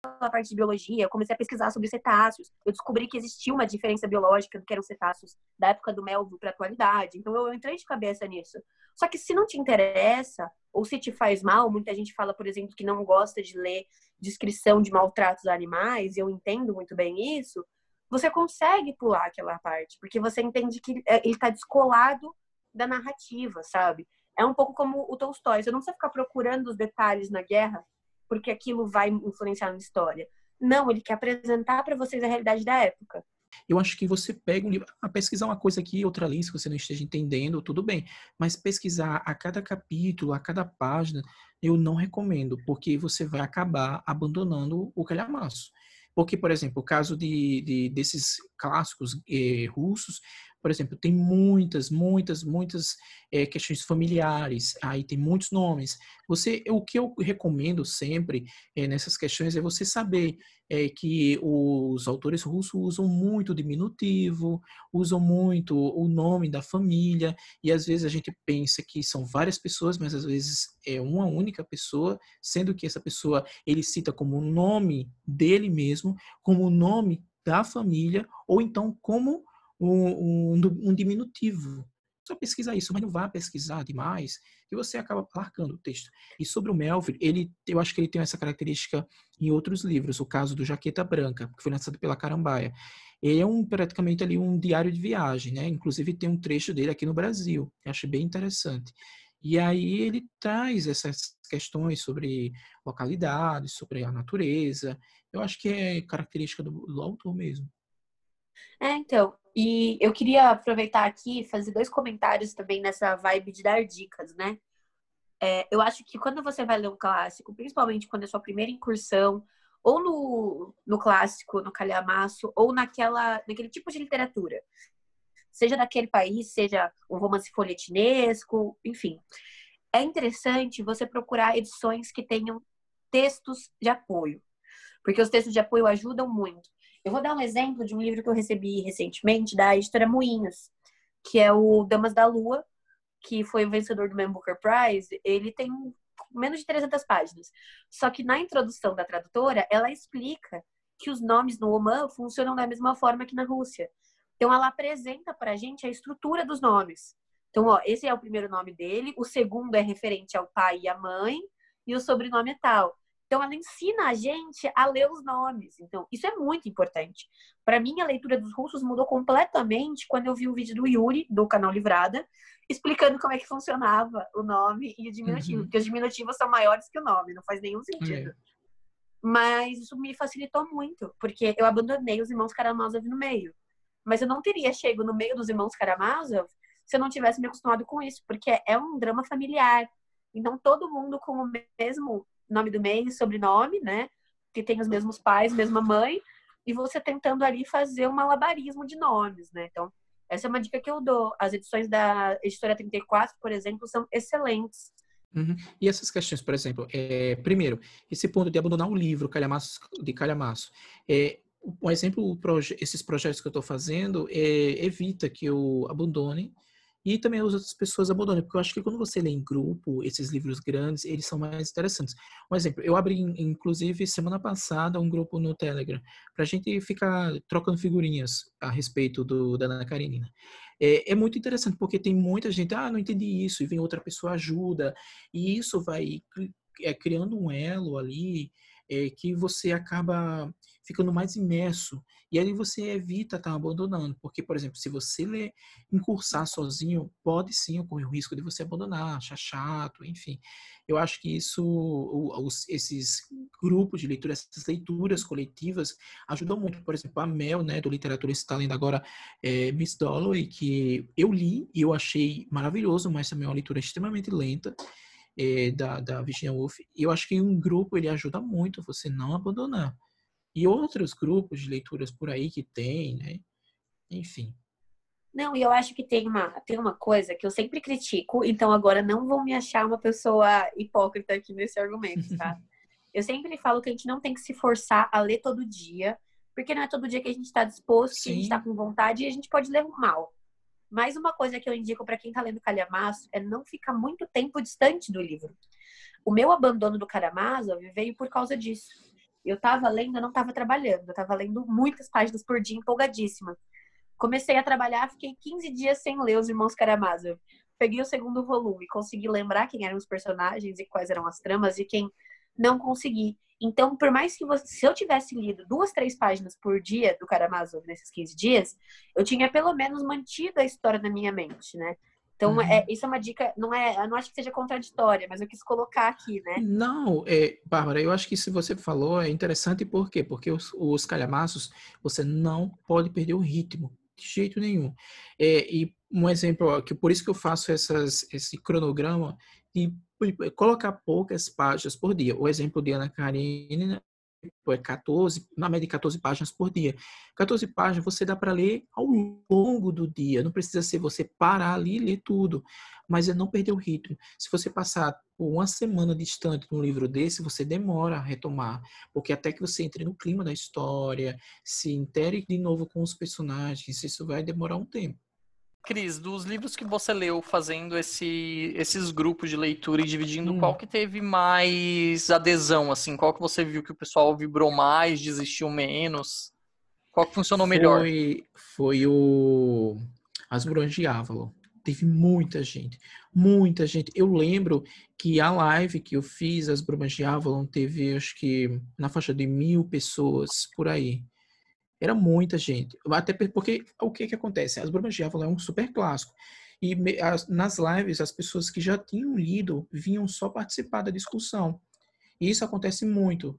pela parte de biologia, eu comecei a pesquisar sobre cetáceos. Eu descobri que existia uma diferença biológica do que eram cetáceos da época do Melville para a atualidade. Então, eu entrei de cabeça nisso. Só que se não te interessa, ou se te faz mal, muita gente fala, por exemplo, que não gosta de ler descrição de maltratos a animais, e eu entendo muito bem isso, você consegue pular aquela parte, porque você entende que ele está descolado da narrativa, sabe? É um pouco como o Tolstói. Você não precisa ficar procurando os detalhes na guerra, porque aquilo vai influenciar na história. Não, ele quer apresentar para vocês a realidade da época. Eu acho que você pega um livro, pesquisar uma coisa aqui, outra ali, se você não esteja entendendo, tudo bem. Mas pesquisar a cada capítulo, a cada página, eu não recomendo, porque você vai acabar abandonando o calhamaço. Porque, por exemplo, o caso desses clássicos russos, por exemplo, tem muitas questões familiares, aí tem muitos nomes. O que eu recomendo sempre nessas questões é você saber que os autores russos usam muito o diminutivo, usam muito o nome da família, e às vezes a gente pensa que são várias pessoas, mas às vezes é uma única pessoa, sendo que essa pessoa ele cita como o nome dele mesmo, como o nome da família, ou então como um diminutivo. Só pesquisa isso, mas não vá pesquisar demais, que você acaba largando o texto. E sobre o Melville, eu acho que ele tem essa característica em outros livros, o caso do Jaqueta Branca, que foi lançado pela Carambaia. Ele é praticamente ali um diário de viagem, né? Inclusive tem um trecho dele aqui no Brasil, que eu acho bem interessante. E aí ele traz essas questões sobre localidades, sobre a natureza. Eu acho que é característica do autor mesmo. Então, e eu queria aproveitar aqui e fazer 2 comentários também nessa vibe de dar dicas, né? Eu acho que quando você vai ler um clássico, principalmente quando é sua primeira incursão, ou no clássico, no calhamaço, ou naquele tipo de literatura, seja daquele país, seja um romance folhetinesco, enfim, é interessante você procurar edições que tenham textos de apoio, porque os textos de apoio ajudam muito. Eu vou dar um exemplo de um livro que eu recebi recentemente da editora Moinhos, que é o Damas da Lua, que foi o vencedor do Man Booker Prize. Ele tem menos de 300 páginas. Só que na introdução da tradutora, ela explica que os nomes no Oman funcionam da mesma forma que na Rússia. Então, ela apresenta pra gente a estrutura dos nomes. Então, esse é o primeiro nome dele, o segundo é referente ao pai e à mãe, e o sobrenome é tal. Então, ela ensina a gente a ler os nomes. Então, isso é muito importante. Para mim, a leitura dos russos mudou completamente quando eu vi o vídeo do Yuri, do canal Livrada, explicando como é que funcionava o nome e o diminutivo. Porque os diminutivos são maiores que o nome, não faz nenhum sentido. Mas isso me facilitou muito, porque eu abandonei os irmãos Karamazov no meio. Mas eu não teria chego no meio dos irmãos Karamazov se eu não tivesse me acostumado com isso, porque é um drama familiar. Então, todo mundo com o mesmo nome do meio e sobrenome, né? Que tem os mesmos pais, mesma mãe, e você tentando ali fazer um malabarismo de nomes, né? Então, essa é uma dica que eu dou. As edições da Editora 34, por exemplo, são excelentes. E essas questões, por exemplo, primeiro, esse ponto de abandonar o livro de calhamaço. Um exemplo, esses projetos que eu estou fazendo evita que eu abandone e também as outras pessoas abandonem, porque eu acho que quando você lê em grupo, esses livros grandes, eles são mais interessantes. Um exemplo, eu abri, inclusive, semana passada, um grupo no Telegram, para a gente ficar trocando figurinhas a respeito da Ana Karenina. É muito interessante, porque tem muita gente, não entendi isso, e vem outra pessoa ajuda, e isso vai criando um elo ali, que você acaba ficando mais imerso, e aí você evita estar abandonando, porque, por exemplo, se você incursar sozinho, pode sim ocorrer o risco de você abandonar, achar chato, enfim. Eu acho que esses grupos de leitura, essas leituras coletivas, ajudam muito. Por exemplo, a Mel, né, do Literatura está lendo agora Miss Dalloway, que eu li e eu achei maravilhoso, mas também é uma leitura extremamente lenta, da Virginia Woolf, e eu acho que um grupo ele ajuda muito você não abandonar. E outros grupos de leituras por aí que tem, né? Enfim. Não, e eu acho que tem uma coisa que eu sempre critico, então agora não vão me achar uma pessoa hipócrita aqui nesse argumento, tá? Eu sempre falo que a gente não tem que se forçar a ler todo dia, porque não é todo dia que a gente está disposto, que a gente está com vontade, e a gente pode ler mal. Mas uma coisa que eu indico para quem está lendo calhamaço é não ficar muito tempo distante do livro. O meu abandono do Karamazov veio por causa disso. Eu tava lendo, eu não tava trabalhando. Eu tava lendo muitas páginas por dia, empolgadíssima. Comecei a trabalhar, fiquei 15 dias sem ler Os Irmãos Karamazov. Peguei o segundo volume, consegui lembrar quem eram os personagens e quais eram as tramas, e quem não consegui. Então, por mais que se eu tivesse lido 2, 3 páginas por dia do Karamazov nesses 15 dias, eu tinha pelo menos mantido a história na minha mente, né? Então, isso é uma dica, eu não acho que seja contraditória, mas eu quis colocar aqui, né? Não, Bárbara, eu acho que se você falou é interessante por quê? Porque os calhamaços, você não pode perder o ritmo, de jeito nenhum. E um exemplo, ó, que por isso que eu faço esse cronograma de colocar poucas páginas por dia. O exemplo de Ana Karenina é 14, na média de 14 páginas por dia. 14 páginas você dá para ler ao longo do dia, não precisa ser você parar ali e ler tudo, mas é não perder o ritmo. Se você passar por uma semana distante de um livro desse, você demora a retomar, porque até que você entre no clima da história, se intere de novo com os personagens, isso vai demorar um tempo. Cris, dos livros que você leu fazendo esses grupos de leitura e dividindo, qual que teve mais adesão, assim? Qual que você viu que o pessoal vibrou mais, desistiu menos? Qual que funcionou melhor? Foi o As Brumas de Avalon. Teve muita gente, muita gente. Eu lembro que a live que eu fiz, As Brumas de Avalon, teve, acho que, na faixa de 1.000 pessoas, por aí. Era muita gente. Até porque o que que acontece? As Brumas de Avalon é um super clássico. E nas lives, as pessoas que já tinham lido vinham só participar da discussão. E isso acontece muito.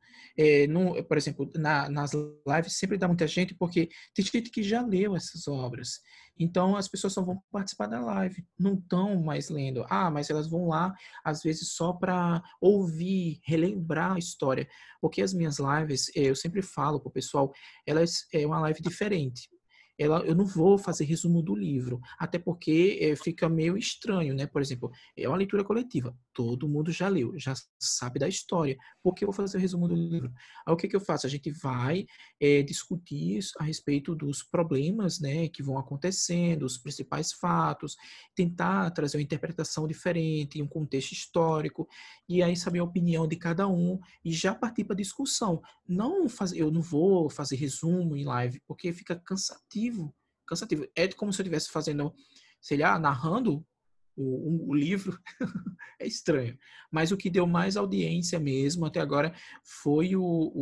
Por exemplo, nas lives sempre dá muita gente, porque tem gente que já leu essas obras. Então, as pessoas só vão participar da live, não estão mais lendo. Ah, mas elas vão lá, às vezes, só para ouvir, relembrar a história. Porque as minhas lives, eu sempre falo para o pessoal, elas é uma live diferente. Eu não vou fazer resumo do livro, até porque fica meio estranho, né? Por exemplo, é uma leitura coletiva, todo mundo já leu, já sabe da história, por que eu vou fazer o resumo do livro? Aí o que que eu faço? A gente vai discutir a respeito dos problemas, né, que vão acontecendo, os principais fatos, tentar trazer uma interpretação diferente, um contexto histórico, e aí saber a opinião de cada um e já partir para a discussão. Eu não vou fazer resumo em live, porque fica cansativo. Cansativo. É como se eu estivesse fazendo, sei lá, narrando o livro. É estranho. Mas o que deu mais audiência mesmo até agora foi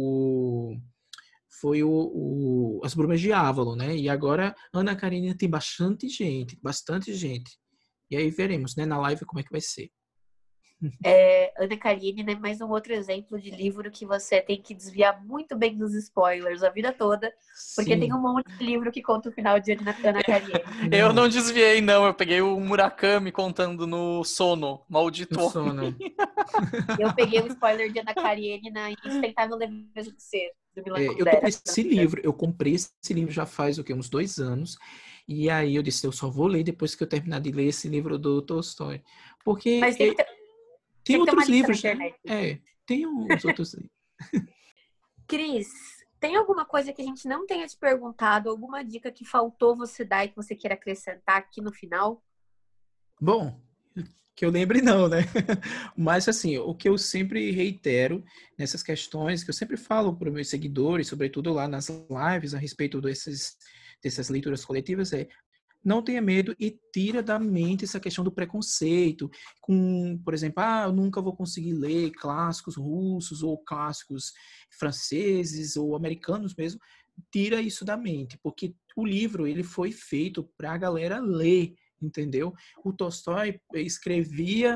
As Brumas de Avalon, né? E agora Ana Karenina tem bastante gente, bastante gente. E aí veremos, né, na live como é que vai ser. Ana Karenina é mais um outro exemplo de livro que você tem que desviar muito bem dos spoilers a vida toda, porque tem Sim. um monte de livro que conta o final de Ana Karenina. Eu não desviei, não. Eu peguei o Murakami contando no Sono, Maldito No sono. Eu peguei o spoiler de Ana Karenina e Insustentável Leveza de Ser, do Milan Eu tô com Kundera. esse livro, eu comprei esse livro já faz o quê? Uns 2 anos. E aí eu disse, eu só vou ler depois que eu terminar de ler esse livro do Tolstói. Porque Mas tem tem que ter uma outros lista na livros, né? internet. Tem uns outros livros. Cris, tem alguma coisa que a gente não tenha te perguntado, alguma dica que faltou você dar e que você queira acrescentar aqui no final? Bom, que eu lembre não, né? Mas assim, o que eu sempre reitero nessas questões, que eu sempre falo para os meus seguidores, sobretudo lá nas lives, a respeito dessas leituras coletivas, não tenha medo e tira da mente essa questão do preconceito, com, por exemplo, eu nunca vou conseguir ler clássicos russos ou clássicos franceses ou americanos mesmo. Tira isso da mente, porque o livro ele foi feito para a galera ler, entendeu? O Tolstói escrevia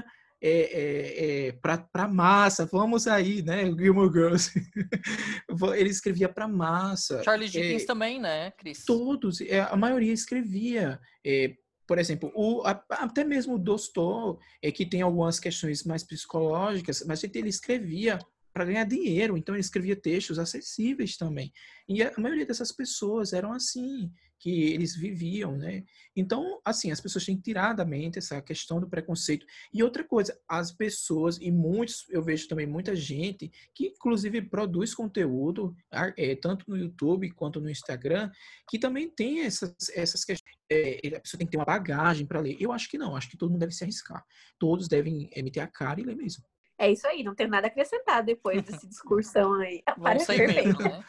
para massa, vamos aí, né? Gilmore Girls. Ele escrevia para massa. Charles Dickens também, né, Cris? Todos, a maioria escrevia. Por exemplo, até mesmo o Tolstói, que tem algumas questões mais psicológicas, mas ele escrevia para ganhar dinheiro, então ele escrevia textos acessíveis também. E a maioria dessas pessoas eram assim, que eles viviam, né? Então, assim, as pessoas têm que tirar da mente essa questão do preconceito. E outra coisa, as pessoas, e muitos, eu vejo também muita gente, que inclusive produz conteúdo, tanto no YouTube quanto no Instagram, que também tem essas questões. A pessoa tem que ter uma bagagem para ler. Eu acho que não, acho que todo mundo deve se arriscar. Todos devem meter a cara e ler mesmo. É isso aí, não tenho nada a acrescentar depois desse discursão aí. Vamos sem medo, né?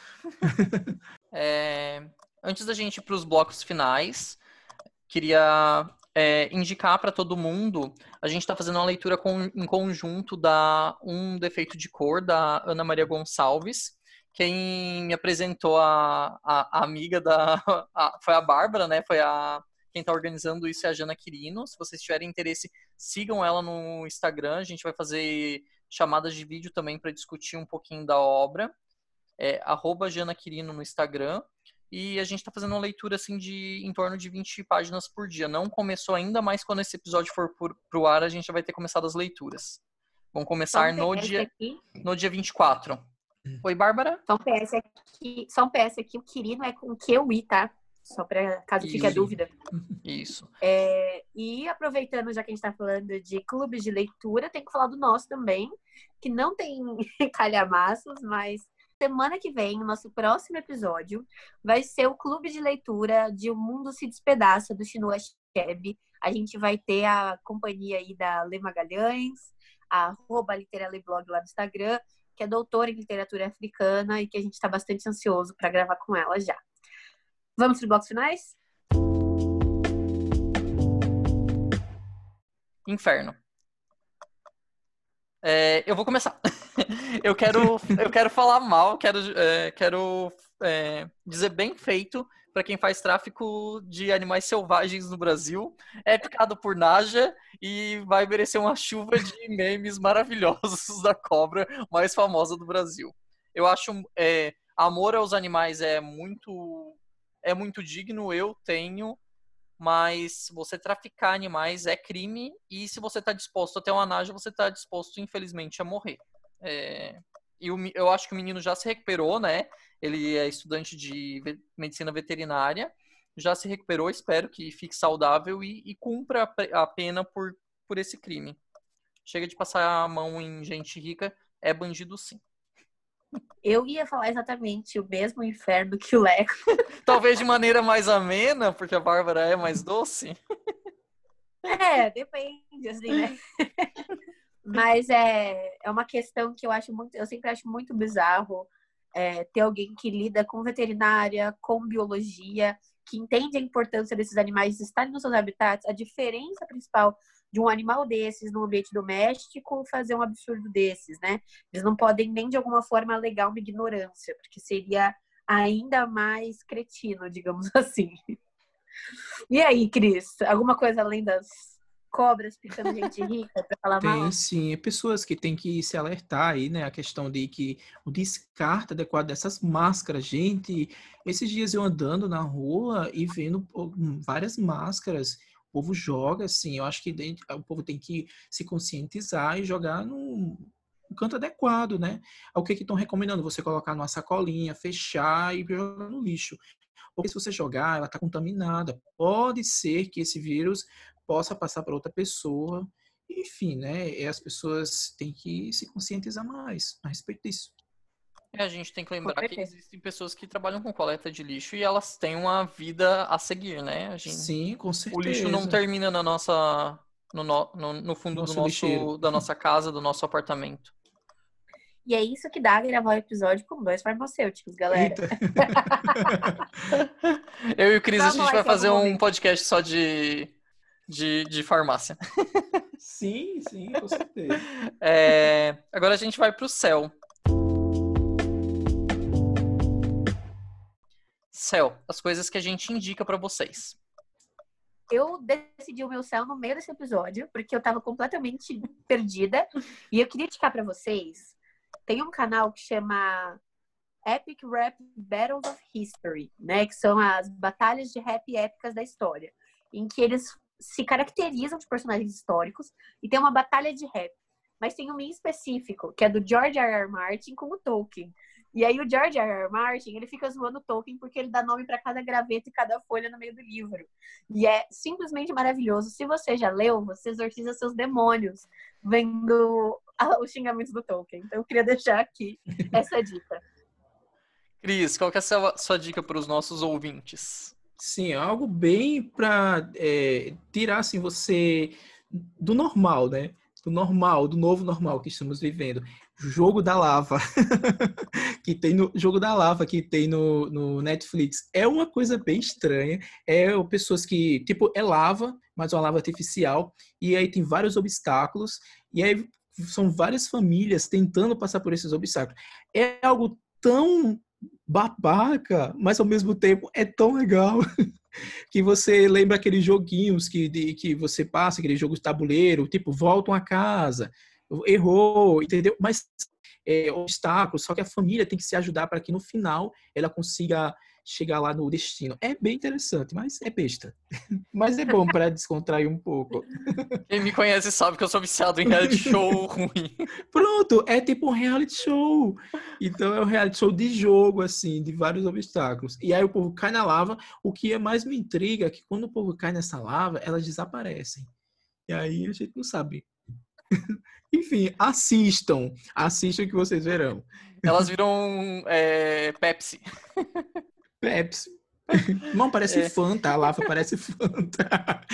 Antes da gente ir para os blocos finais, queria indicar para todo mundo, a gente está fazendo uma leitura em conjunto da Um Defeito de Cor, da Ana Maria Gonçalves. Quem me apresentou a amiga foi a Bárbara, né? Quem está organizando isso é a Jana Quirino. Se vocês tiverem interesse, sigam ela no Instagram. A gente vai fazer chamadas de vídeo também para discutir um pouquinho da obra. @Jana Quirino no Instagram. E a gente está fazendo uma leitura assim em torno de 20 páginas por dia. Não começou ainda, mas quando esse episódio for pro ar, a gente já vai ter começado as leituras. Vão começar no dia 24. Oi, Bárbara? Só um PS aqui, o Quirino é com QI, tá? Só para caso fique a dúvida. Isso. E aproveitando, já que a gente está falando de clubes de leitura, tem que falar do nosso também, que não tem calhamaços, mas semana que vem, o nosso próximo episódio, vai ser o clube de leitura de O Mundo Se Despedaça, do Chinua Achebe. A gente vai ter a companhia aí da Lê Magalhães, a @literaleblog lá no Instagram, que é doutora em literatura africana e que a gente está bastante ansioso para gravar com ela já. Vamos para os blocos finais? Inferno. Eu vou começar. Eu quero falar mal, quero dizer bem feito para quem faz tráfico de animais selvagens no Brasil. É picado por Naja e vai merecer uma chuva de memes maravilhosos da cobra mais famosa do Brasil. Eu acho amor aos animais é muito digno, eu tenho, mas você traficar animais é crime e se você está disposto a ter uma Naja, você está disposto, infelizmente, a morrer. Eu acho que o menino já se recuperou, né? Ele é estudante de medicina veterinária, já se recuperou, espero que fique saudável e cumpra a pena por esse crime. Chega de passar a mão em gente rica, é bandido sim. Eu ia falar exatamente o mesmo inferno que o Leco. Talvez de maneira mais amena, porque a Bárbara é mais doce. Depende, assim, né? Mas é uma questão que eu sempre acho muito bizarro ter alguém que lida com veterinária, com biologia, que entende a importância desses animais estarem nos seus habitats, a diferença principal de um animal desses no ambiente doméstico fazer um absurdo desses, né? Eles não podem nem de alguma forma alegar uma ignorância, porque seria ainda mais cretino, digamos assim. E aí, Cris? Alguma coisa além das cobras picando gente rica pra falar mal? Tem sim, pessoas que têm que se alertar aí, né? A questão de que o descarte adequado dessas máscaras. Gente, esses dias eu andando na rua e vendo várias máscaras, o povo joga assim. Eu acho que o povo tem que se conscientizar e jogar no canto adequado, né? O que estão recomendando? Você colocar numa sacolinha, fechar e jogar no lixo. Porque se você jogar, ela está contaminada. Pode ser que esse vírus possa passar para outra pessoa. Enfim, né? As pessoas têm que se conscientizar mais a respeito disso. A gente tem que lembrar que existem pessoas que trabalham com coleta de lixo e elas têm uma vida a seguir, né? Sim, com certeza. O lixo não termina no fundo da nossa casa, do nosso apartamento. E é isso que dá gravar o episódio com 2 farmacêuticos, galera. Eu e o Cris, a gente vai fazer um podcast só de farmácia. Sim, com certeza. Agora a gente vai pro céu. Céu, as coisas que a gente indica para vocês. Eu decidi o meu céu no meio desse episódio, porque eu tava completamente perdida. E eu queria indicar para vocês, tem um canal que chama Epic Rap Battles of History, né? Que são as batalhas de rap épicas da história. Em que eles se caracterizam de personagens históricos e tem uma batalha de rap. Mas tem um em específico, que é do George R.R. Martin com o Tolkien. E aí o George R.R. Martin, ele fica zoando o Tolkien porque ele dá nome para cada graveta e cada folha no meio do livro. E é simplesmente maravilhoso. Se você já leu, você exorciza seus demônios vendo os xingamentos do Tolkien. Então eu queria deixar aqui essa dica. Cris, qual que é a sua dica para os nossos ouvintes? Sim, algo bem para tirar assim, você do normal, né? do normal, do novo normal que estamos vivendo. Jogo da Lava, que tem no Jogo da Lava, que tem no Netflix. É uma coisa bem estranha. É pessoas que, tipo, é lava, mas é uma lava artificial. E aí tem vários obstáculos. E aí são várias famílias tentando passar por esses obstáculos. É algo tão babaca, mas ao mesmo tempo é tão legal. Que você lembra aqueles joguinhos que você passa, aquele jogo de tabuleiro, tipo, voltam a casa, errou, entendeu? Mas obstáculos, só que a família tem que se ajudar para que no final ela consiga chegar lá no destino. É bem interessante, mas é besta. Mas é bom para descontrair um pouco. Quem me conhece sabe que eu sou viciado em reality show ruim. Pronto, é tipo um reality show. Então é um reality show de jogo, assim, de vários obstáculos. E aí o povo cai na lava. O que mais me intriga é que quando o povo cai nessa lava, elas desaparecem. E aí a gente não sabe. Enfim, assistam. Assistam que vocês verão. Elas viram Pepsi. Pepsi. Não, parece Fanta. A lava parece Fanta.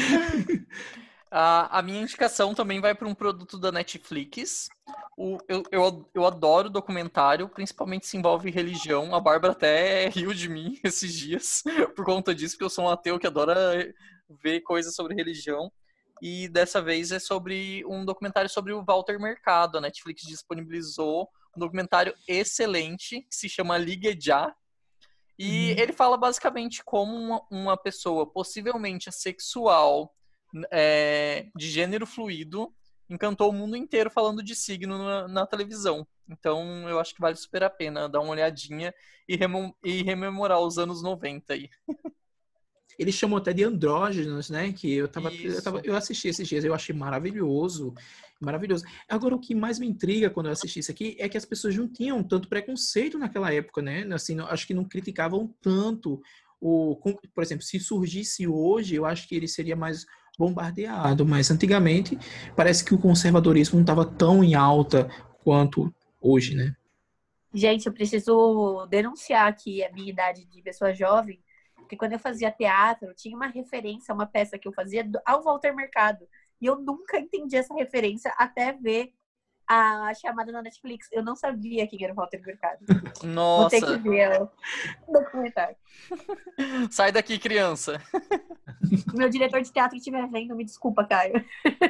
A minha indicação também vai para um produto da Netflix. Eu adoro documentário, principalmente se envolve religião. A Bárbara até riu de mim esses dias por conta disso, porque eu sou um ateu que adora ver coisas sobre religião. E dessa vez é sobre um documentário sobre o Walter Mercado. A Netflix disponibilizou um documentário excelente que se chama Ligue Já. E ele fala basicamente como uma pessoa possivelmente assexual, de gênero fluido, encantou o mundo inteiro falando de signo na televisão. Então eu acho que vale super a pena dar uma olhadinha e rememorar os anos 90 aí. Ele chamou até de andrógenos, né? Que Isso. eu assisti esses dias, eu achei maravilhoso. Maravilhoso. Agora, o que mais me intriga quando eu assisti isso aqui é que as pessoas não tinham tanto preconceito naquela época, né? Assim, acho que não criticavam tanto. Por exemplo, se surgisse hoje, eu acho que ele seria mais bombardeado. Mas antigamente, parece que o conservadorismo não estava tão em alta quanto hoje, né? Gente, eu preciso denunciar aqui a minha idade de pessoa jovem, porque quando eu fazia teatro, tinha uma referência a uma peça que eu fazia ao Walter Mercado. E eu nunca entendi essa referência até ver a chamada na Netflix. Eu não sabia quem era o Walter Mercado. Vou ter que Nossa, ver o documentário. sai daqui, criança. Meu diretor de teatro estiver vendo, me desculpa, Caio.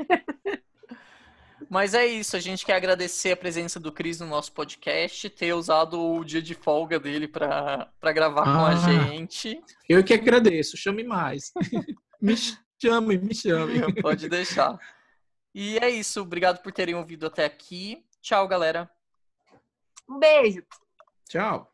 Mas é isso, a gente quer agradecer a presença do Cris no nosso podcast, ter usado o dia de folga dele para gravar com a gente. Eu que agradeço, chame mais. Me chame, me chame. Pode deixar. E é isso, obrigado por terem ouvido até aqui. Tchau, galera. Um beijo. Tchau.